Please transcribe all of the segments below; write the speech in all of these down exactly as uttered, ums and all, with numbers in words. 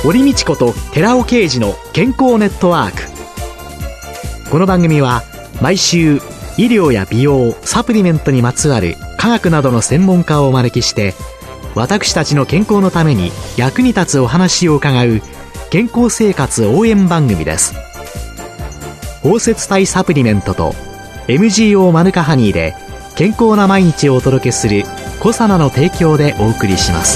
堀道子と寺尾啓二の健康ネットワーク。この番組は毎週医療や美容、サプリメントにまつわる科学などの専門家をお招きして、私たちの健康のために役に立つお話を伺う健康生活応援番組です。包摂体サプリメントと エムジーオー マヌカハニーで健康な毎日をお届けするコサナの提供でお送りします。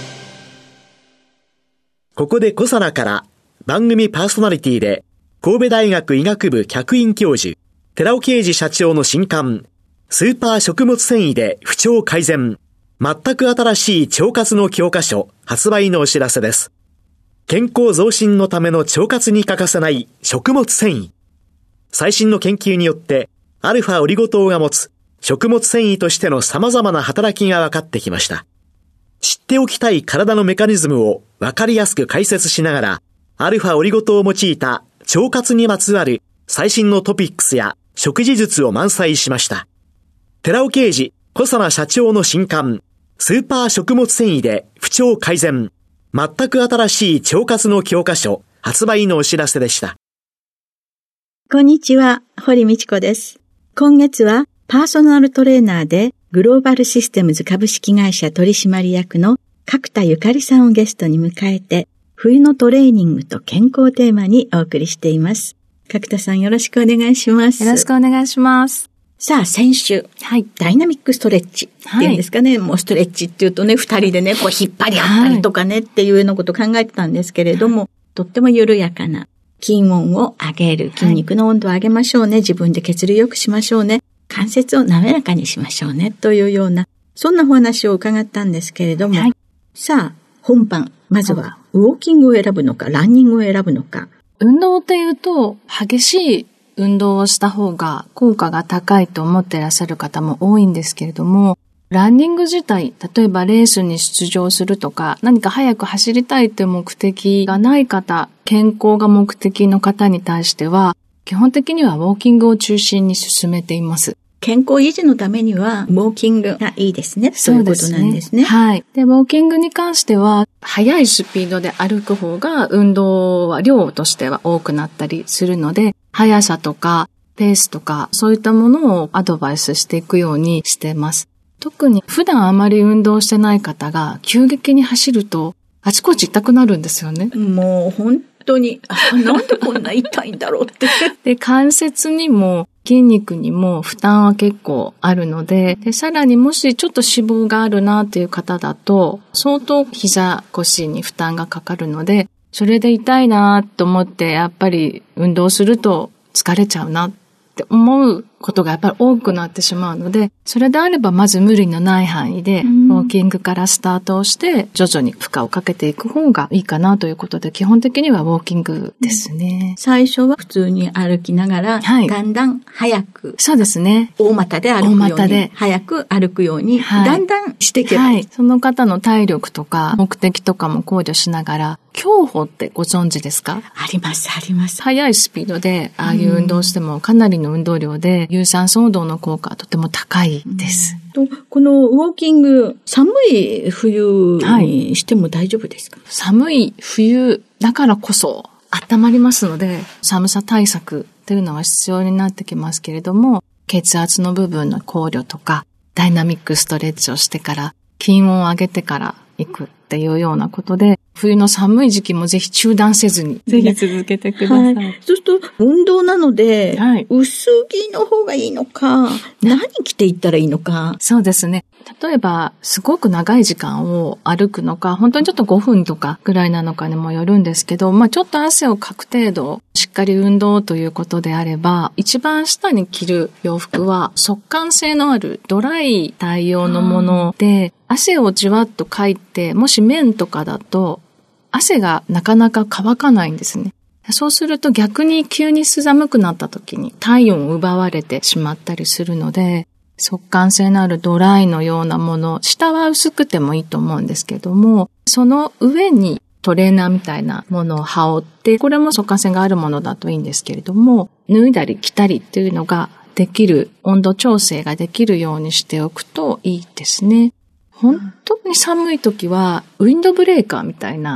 ここでコサナから番組パーソナリティで神戸大学医学部客員教授寺尾啓二社長の新刊スーパー食物繊維で不調改善、全く新しい腸活の教科書発売のお知らせです。健康増進のための腸活に欠かせない食物繊維。最新の研究によってアルファオリゴ糖が持つ食物繊維としての様々な働きが分かってきました。知っておきたい体のメカニズムを分かりやすく解説しながら、アルファオリゴ糖を用いた腸活にまつわる最新のトピックスや食事術を満載しました。寺尾啓二、小佐奈社長の新刊、スーパー食物繊維で不調改善、全く新しい腸活の教科書発売のお知らせでした。 こんにちは、堀道子です。今月はパーソナルトレーナーでグローバルシステムズ株式会社取締役の角田ゆかりさんをゲストに迎えて、冬のトレーニングと健康テーマにお送りしています。角田さんよろしくお願いします。 よろしくお願いします。 さあ、先週、はい、ダイナミックストレッチっていうんですかね、はい、もうストレッチっていうとね、二人でね、こう引っ張り合ったりとかね、はい、っていうようなことを考えてたんですけれども、はい、とっても緩やかな筋温を上げる、筋肉の温度を上げましょうね、自分で血流良くしましょうね、関節を滑らかにしましょうね、というような、そんなお話を伺ったんですけれども、はい、さあ、本番、まずは、ウォーキングを選ぶのか、ランニングを選ぶのか。 運動っていうと、激しい運動をした方が効果が高いと思っていらっしゃる方も多いんですけれども、ランニング自体、例えばレースに出場するとか、何か早く走りたいという目的がない方、健康が目的の方に対しては、基本的にはウォーキングを中心に進めています。 健康維持のためには、ウォーキングがいいですね。そういうことなんですね。 はい。で、ウォーキングに関しては、速いスピードで歩く方が、運動は量としては多くなったりするので、速さとか、ペースとか、そういったものをアドバイスしていくようにしてます。特に、普段あまり運動してない方が、急激に走ると、あちこち痛くなるんですよね。 もう、本当に、あ、なんでこんな痛いんだろうって。 で、関節にも、筋肉にも負担は結構あるので、で、さらにもしちょっと脂肪があるなっていう方だと、相当膝腰に負担がかかるので、それで痛いなと思って、やっぱり運動すると疲れちゃうなって思うことがやっぱり多くなってしまうので、それであればまず無理のない範囲で、ウォーキングからスタートをして、徐々に負荷をかけていく方がいいかなということで、基本的にはウォーキングですね。 最初は普通に歩きながら、はい、だんだん早く。 そうですね。 大股で歩くように。大股で。早く歩くように、はい、だんだんしていけば、はい。 その方の体力とか、目的とかも考慮しながら、競歩ってご存知ですか？ あります、あります。 速いスピードで、ああいう運動をしてもかなりの運動量で、有酸素運動の効果はとても高いです。 とこのウォーキング、寒い冬にしても大丈夫ですか？はい、 寒い冬だからこそ温まりますので、寒さ対策というのは必要になってきますけれども、血圧の部分の考慮とか、ダイナミックストレッチをしてから、筋温を上げてから行くっていうようなことで、冬の寒い時期もぜひ中断せずに、ぜひ続けてください。はい、 そうすると、運動なので、はい、薄着の方がいいのか、何着ていったらいいのか。 そうですね。例えば、すごく長い時間を歩くのか、本当にちょっとごふんとかぐらいなのかにもよるんですけど、まあちょっと汗をかく程度、しっかり運動ということであれば、一番下に着る洋服は、速乾性のあるドライ対応のもので、汗をじわっとかいて、もし綿とかだと、汗がなかなか乾かないんですね。そうすると逆に急に寒くなった時に体温を奪われてしまったりするので、速乾性のあるドライのようなもの、下は薄くてもいいと思うんですけども、その上にトレーナーみたいなものを羽織って、これも速乾性があるものだといいんですけれども、脱いだり着たりっていうのができる、温度調整ができるようにしておくといいですね。本当に寒い時はウィンドブレーカーみたいな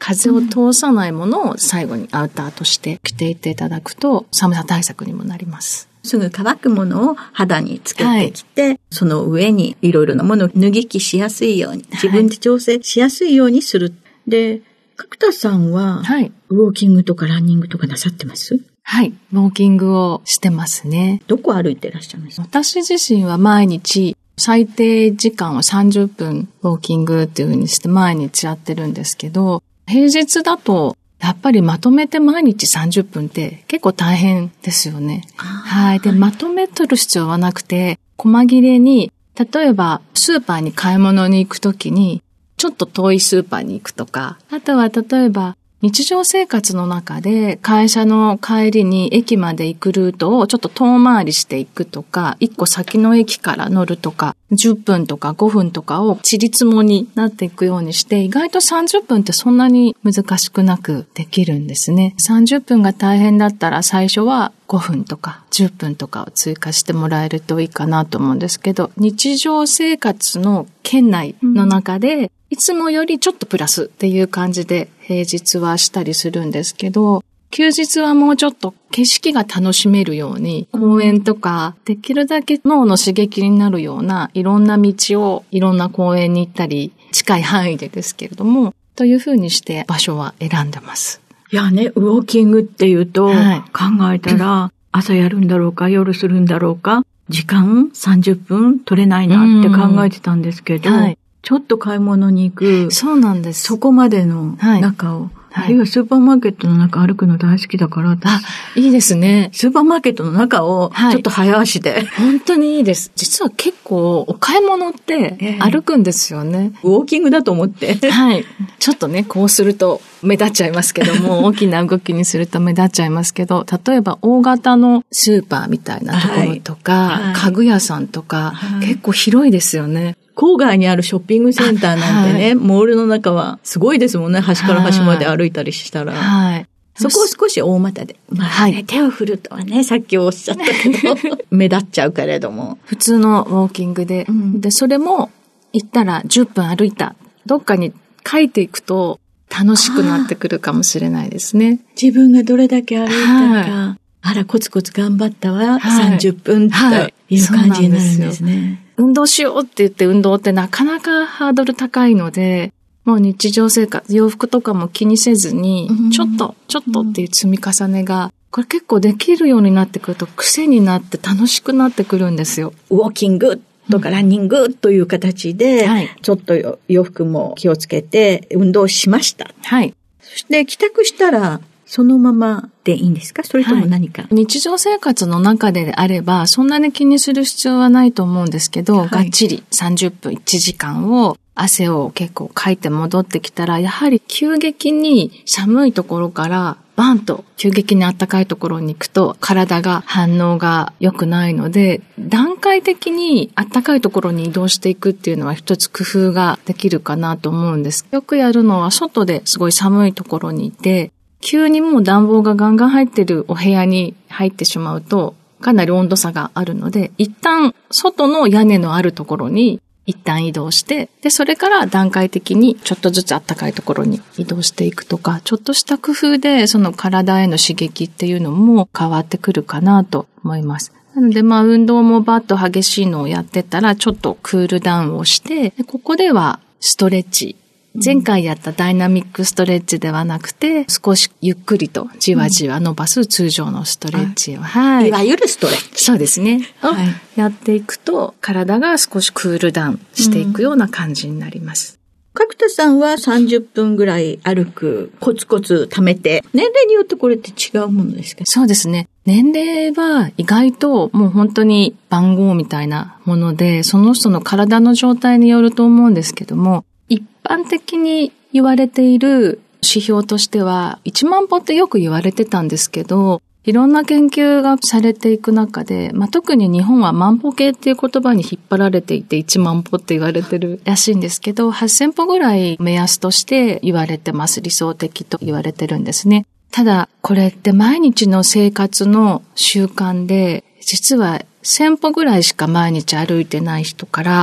風を通さないものを最後にアウターとして着ていっていただくと寒さ対策にもなります。 すぐ乾くものを肌につけてきて、はい、その上にいろいろなものを脱ぎ着しやすいように、自分で調整しやすいようにする。はい、で、角田さんは、はい、ウォーキングとかランニングとかなさってます？ はい、ウォーキングをしてますね。 どこ歩いてらっしゃいますか？ 私自身は毎日、最低時間はさんじゅっぷんウォーキングっていう風にして毎日やってるんですけど、平日だとやっぱりまとめて毎日さんじゅっぷんって結構大変ですよね。はい。で、まとめ取る必要はなくて、細切れに、例えばスーパーに買い物に行くときに、ちょっと遠いスーパーに行くとか、あとは例えば日常生活の中で会社の帰りに駅まで行くルートをちょっと遠回りしていくとか、一個先の駅から乗るとか、じゅっぷんとかごふんとかをちりつもになっていくようにして、意外とさんじゅっぷんってそんなに難しくなくできるんですね。さんじゅっぷんが大変だったら最初はごふんとかじゅっぷんとかを追加してもらえるといいかなと思うんですけど、日常生活の圏内の中で、うん、いつもよりちょっとプラスっていう感じで平日はしたりするんですけど、休日はもうちょっと景色が楽しめるように、公園とかできるだけ脳の刺激になるようないろんな道をいろんな公園に行ったり、近い範囲でですけれども、というふうにして場所は選んでます。 いやね、ウォーキングっていうと、はい、考えたら朝やるんだろうか、夜するんだろうか、時間さんじゅっぷん取れないなって考えてたんですけど、はい、ちょっと買い物に行く。 そうなんです。 そこまでの中を。はいはい、あるいはスーパーマーケットの中歩くの大好きだから。 あ、いいですね。 スーパーマーケットの中をちょっと早足で。はい、 本当にいいです。実は結構お買い物って歩くんですよね。 えー、ウォーキングだと思って。 はい。ちょっとね、こうすると目立っちゃいますけども、大きな動きにすると目立っちゃいますけど、例えば大型のスーパーみたいなところとか、はいはい、家具屋さんとか、はい、結構広いですよね。 郊外にあるショッピングセンターなんてね、はい、モールの中はすごいですもんね。端から端まで歩いたりしたら。はい。そこを少し大股で。まあね、はい、手を振るとはね、さっきおっしゃったけど、目立っちゃうけれども。 普通のウォーキングで、うん、で、それも行ったらじゅっぷん歩いた。どっかに書いていくと楽しくなってくるかもしれないですね。 自分がどれだけ歩いたか。はい、あら、コツコツ頑張ったわ。はい、さんじゅっぷんっていう感じになるんですね。 運動しようって言って運動ってなかなかハードル高いので、もう日常生活、洋服とかも気にせずに、うん、ちょっと、ちょっとっていう積み重ねが、これ結構できるようになってくると癖になって楽しくなってくるんですよ。 ウォーキングとかランニングという形で、うんはい、ちょっと洋服も気をつけて運動しました。はい。そして帰宅したら、そのままでいいんですか？それとも何か、はい、 日常生活の中であれば、そんなに気にする必要はないと思うんですけど、はい、がっちりさんじゅっぷんいちじかんを汗を結構かいて戻ってきたら、やはり急激に寒いところからバンと急激に暖かいところに行くと体が反応が良くないので、段階的に暖かいところに移動していくっていうのは一つ工夫ができるかなと思うんです。よくやるのは外ですごい寒いところにいて、急にもう暖房がガンガン入ってるお部屋に入ってしまうと、かなり温度差があるので、一旦外の屋根のあるところに一旦移動して、で、それから段階的にちょっとずつ暖かいところに移動していくとか、ちょっとした工夫でその体への刺激っていうのも変わってくるかなと思います。なので、まあ、運動もバッと激しいのをやってたら、ちょっとクールダウンをして、でここではストレッチ。前回やったダイナミックストレッチではなくて、少しゆっくりとじわじわ伸ばす通常のストレッチを、 はい。いわゆるストレッチ。 そうですね。はい、やっていくと、体が少しクールダウンしていくような感じになります。 うん、角田さんはさんじゅっぷんぐらい歩く、コツコツ貯めて、年齢によってこれって違うものですか？ そうですね。年齢は意外ともう本当に番号みたいなもので、その人の体の状態によると思うんですけども、一般的に言われている指標としてはいちまん歩ってよく言われてたんですけど、いろんな研究がされていく中で、まあ、特に日本は万歩計っていう言葉に引っ張られていていちまん歩って言われてるらしいんですけど、はっせん歩ぐらい目安として言われてます。理想的と言われてるんですね。ただこれって毎日の生活の習慣で、実はせん歩ぐらいしか毎日歩いてない人から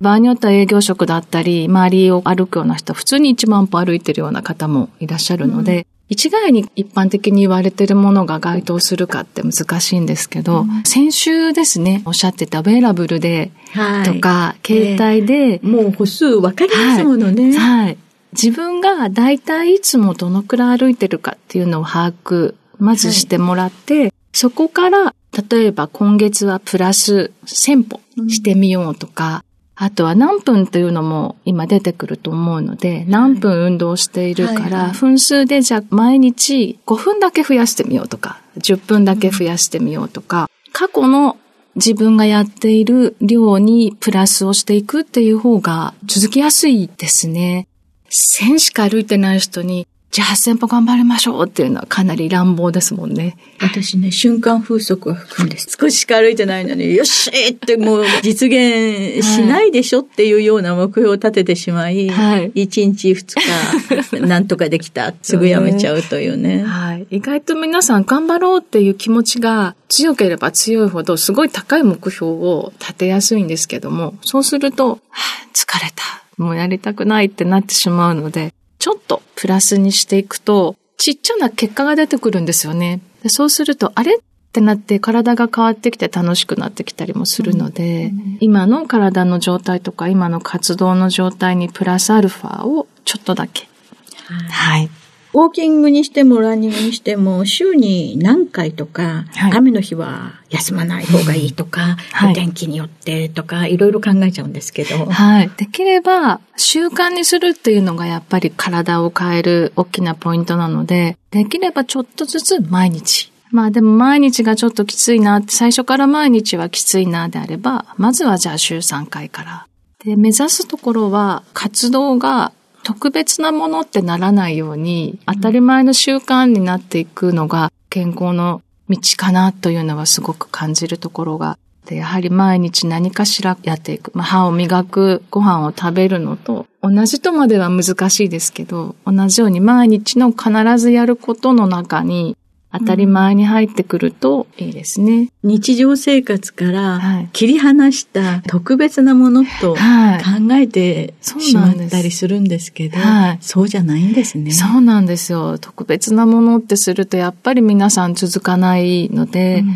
場合によっては営業職だったり、周りを歩くような人は普通にいちまん歩歩いてるような方もいらっしゃるので、うん、一概に一般的に言われているものが該当するかって難しいんですけど、うん、先週ですね、おっしゃってたウェアラブルでとか、はい、携帯で、 えー、もう歩数わかりますものね。 はい。はい、自分がだいたいいつもどのくらい歩いてるかっていうのを把握、まずしてもらって、はい、そこから例えば今月はプラスせん歩してみようとか、うん、あとは何分というのも今出てくると思うので、何分運動しているから、はい、分数でじゃあ毎日ごふんだけ増やしてみようとか、じゅっぷんだけ増やしてみようとか、過去の自分がやっている量にプラスをしていくっていう方が続きやすいですね。せんしか歩いてない人に、じゃあはっせん歩頑張りましょうっていうのはかなり乱暴ですもんね。 私ね、瞬間風速が吹くんです。少ししか歩いてないのに、よっしーってもう実現しないでしょっていうような目標を立ててしまい、はい、いちにちふつかなんとかできた、すぐやめちゃうというね。 はい。意外と皆さん頑張ろうっていう気持ちが強ければ強いほどすごい高い目標を立てやすいんですけども、そうすると、はあ、疲れた。もうやりたくないってなってしまうので、ちょっとプラスにしていくと、ちっちゃな結果が出てくるんですよね。でそうすると、あれってなって体が変わってきて楽しくなってきたりもするので、うん、今の体の状態とか今の活動の状態にプラスアルファをちょっとだけ。 はい。はいウォーキングにしてもランニングにしても週に何回とか、はい、雨の日は休まない方がいいとか、はい、お天気によってとかいろいろ考えちゃうんですけど、 はい、できれば習慣にするっていうのがやっぱり体を変える大きなポイントなので、できればちょっとずつ毎日。まあでも毎日がちょっときついなって、最初から毎日はきついなであれば、まずはじゃあ週さんかいから。で、目指すところは活動が特別なものってならないように、当たり前の習慣になっていくのが健康の道かなというのはすごく感じるところが、でやはり毎日何かしらやっていく。まあ、歯を磨く、ご飯を食べるのと同じとまでは難しいですけど、同じように毎日の必ずやることの中に当たり前に入ってくるといいですね。 うん、日常生活から切り離した特別なものと考えてしまったりするんですけど、はい、そうじゃないんですね。 そうなんですよ。特別なものってするとやっぱり皆さん続かないので、うん、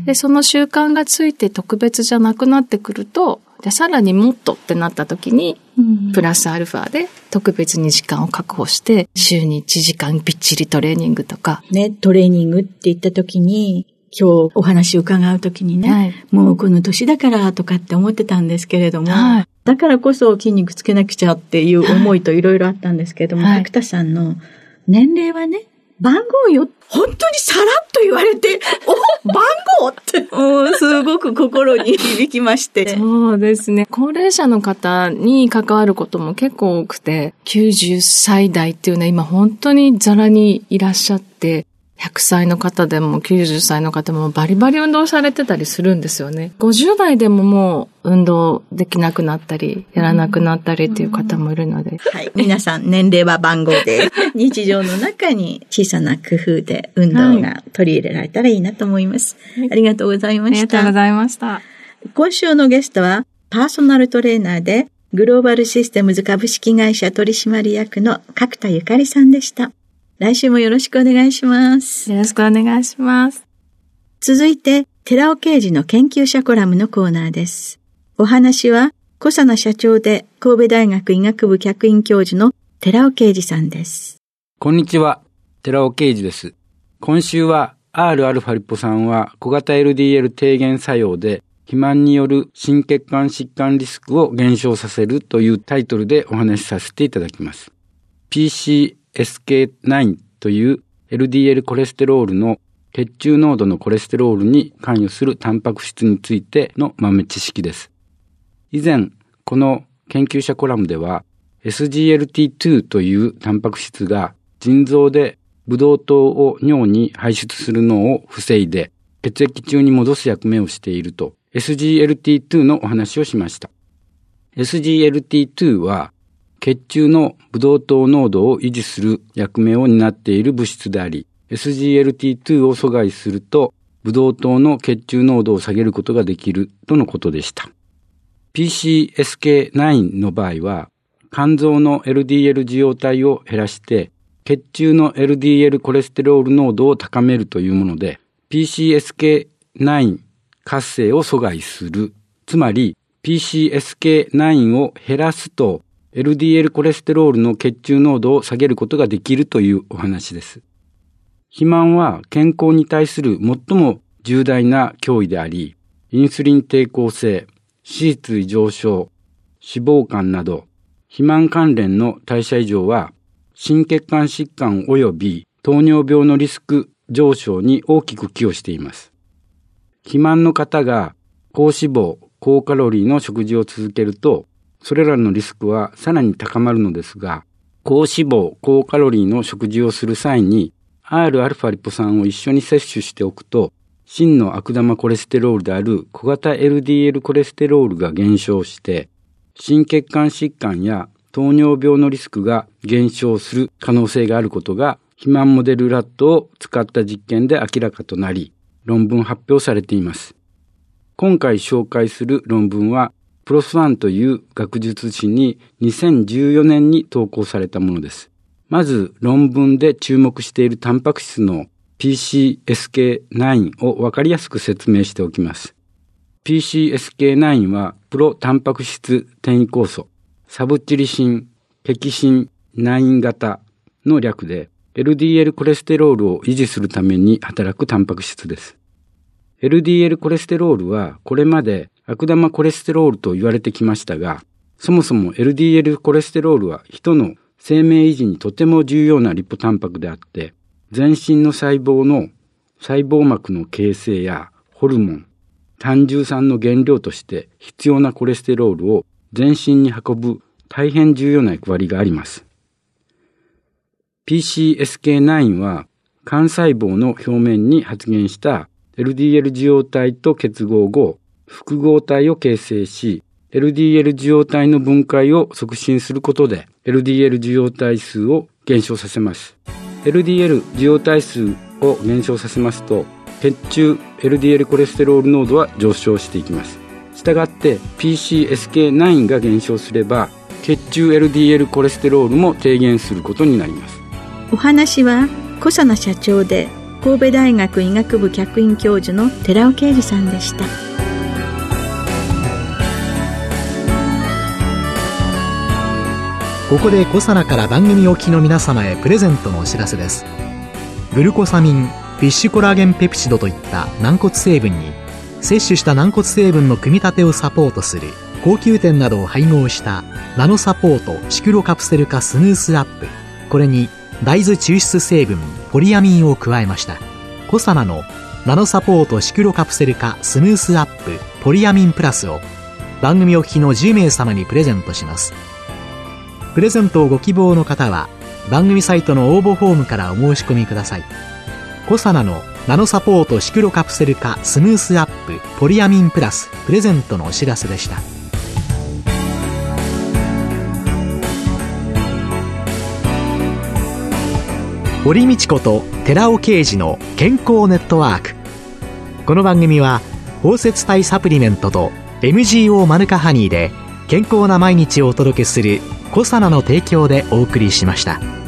でその習慣がついて特別じゃなくなってくると、じゃあさらにもっとってなった時に、うん、プラスアルファで特別に時間を確保して、週にいちじかんびっちりトレーニングとか。 ね、トレーニングって言った時に、今日お話伺う時にね、はい、もうこの年だからとかって思ってたんですけれども、はい、だからこそ筋肉つけなくちゃっていう思いといろいろあったんですけれども、はい、角田さんの年齢はね、番号よ、本当にさらっと言われて、お、番号っておすごく心に響きまして。 そうですね。高齢者の方に関わることも結構多くて、きゅうじゅっさい代っていうのは今本当にザラにいらっしゃって、ひゃくさいの方でもきゅうじゅっさいの方もバリバリ運動されてたりするんですよね。ごじゅう代でももう運動できなくなったり、やらなくなったりっていう方もいるので。 はい。皆さん年齢は番号で、日常の中に小さな工夫で運動が取り入れられたらいいなと思います。はい、ありがとうございました。 ありがとうございました。 今週のゲストはパーソナルトレーナーでグローバルシステムズ株式会社取締役の角田ゆかりさんでした。来週もよろしくお願いします。 よろしくお願いします。 続いて、寺尾啓二の研究者コラムのコーナーです。お話は、小佐奈社長で神戸大学医学部客員教授の寺尾啓二さんです。 こんにちは、寺尾啓二です。今週は Rα リポ酸は小型 エルディーエル 低減作用で肥満による心血管疾患リスクを減少させるというタイトルでお話しさせていただきます。ピーシーエスケーナイン という エルディーエル コレステロールの血中濃度のコレステロールに関与するタンパク質についての豆知識です。以前、この研究者コラムでは エスジーエルティーツー というタンパク質が腎臓でブドウ糖を尿に排出するのを防いで血液中に戻す役目をしていると エスジーエルティーツー のお話をしました。エスジーエルティーツー は血中のブドウ糖濃度を維持する役目を担っている物質であり、エスジーエルティーツー を阻害するとブドウ糖の血中濃度を下げることができるとのことでした。 ピーシーエスケーナイン の場合は、肝臓の エルディーエル 受容体を減らして、血中の エルディーエル コレステロール濃度を高めるというもので、ピーシーエスケーナイン 活性を阻害する。つまり、ピーシーエスケーナイン を減らすと、エルディーエル コレステロールの血中濃度を下げることができるというお話です。肥満は健康に対する最も重大な脅威であり、インスリン抵抗性、脂質異常症、脂肪肝など、肥満関連の代謝異常は、心血管疾患及び糖尿病のリスク上昇に大きく寄与しています。肥満の方が高脂肪、高カロリーの食事を続けると、それらのリスクはさらに高まるのですが、高脂肪、高カロリーの食事をする際に、アールアルファ リポ酸を一緒に摂取しておくと、真の悪玉コレステロールである小型 エルディーエル コレステロールが減少して、心血管疾患や糖尿病のリスクが減少する可能性があることが、肥満モデルラットを使った実験で明らかとなり、論文発表されています。今回紹介する論文は、プロスワンという学術誌ににせんじゅうよねんに投稿されたものです。まず論文で注目しているタンパク質の ピーシーエスケーナイン をわかりやすく説明しておきます。ピーシーエスケーナイン はプロタンパク質転移酵素、サブチリシン、ペキシンナイン型の略で エルディーエル コレステロールを維持するために働くタンパク質です。エルディーエル コレステロールはこれまで悪玉コレステロールと言われてきましたが、そもそも エルディーエル コレステロールは人の生命維持にとても重要なリポタンパクであって、全身の細胞の細胞膜の形成やホルモン、胆汁酸の原料として必要なコレステロールを全身に運ぶ大変重要な役割があります。ピーシーエスケーナイン は肝細胞の表面に発現した エルディーエル 受容体と結合後、複合体を形成し、エルディーエル 受容体の分解を促進することで エルディーエル 受容体数を減少させます。エルディーエル 受容体数を減少させますと、血中 エルディーエル コレステロール濃度は上昇していきます。したがって ピーシーエスケーナイン が減少すれば、血中 エルディーエル コレステロールも低減することになります。 お話は小佐奈社長で神戸大学医学部客員教授の寺尾啓二さんでした。 ここでコサナから番組お聞きの皆様へプレゼントのお知らせです。グルコサミン、フィッシュコラーゲンペプチドといった軟骨成分に、摂取した軟骨成分の組み立てをサポートする高級店などを配合したナノサポートシクロカプセル化スムースアップ。これに大豆抽出成分ポリアミンを加えました。コサナのナノサポートシクロカプセル化スムースアップポリアミンプラスを番組お聞きのじゅうめい様にプレゼントします。プレゼントをご希望の方は番組サイトの応募フォームからお申し込みください。コサナのナノサポートシクロカプセル化スムースアップポリアミンプラスプレゼントのお知らせでした。堀道子と寺尾啓二の健康ネットワーク。この番組は包摂体サプリメントと エムジーオー マヌカハニーで健康な毎日をお届けするコサナの提供でお送りしました。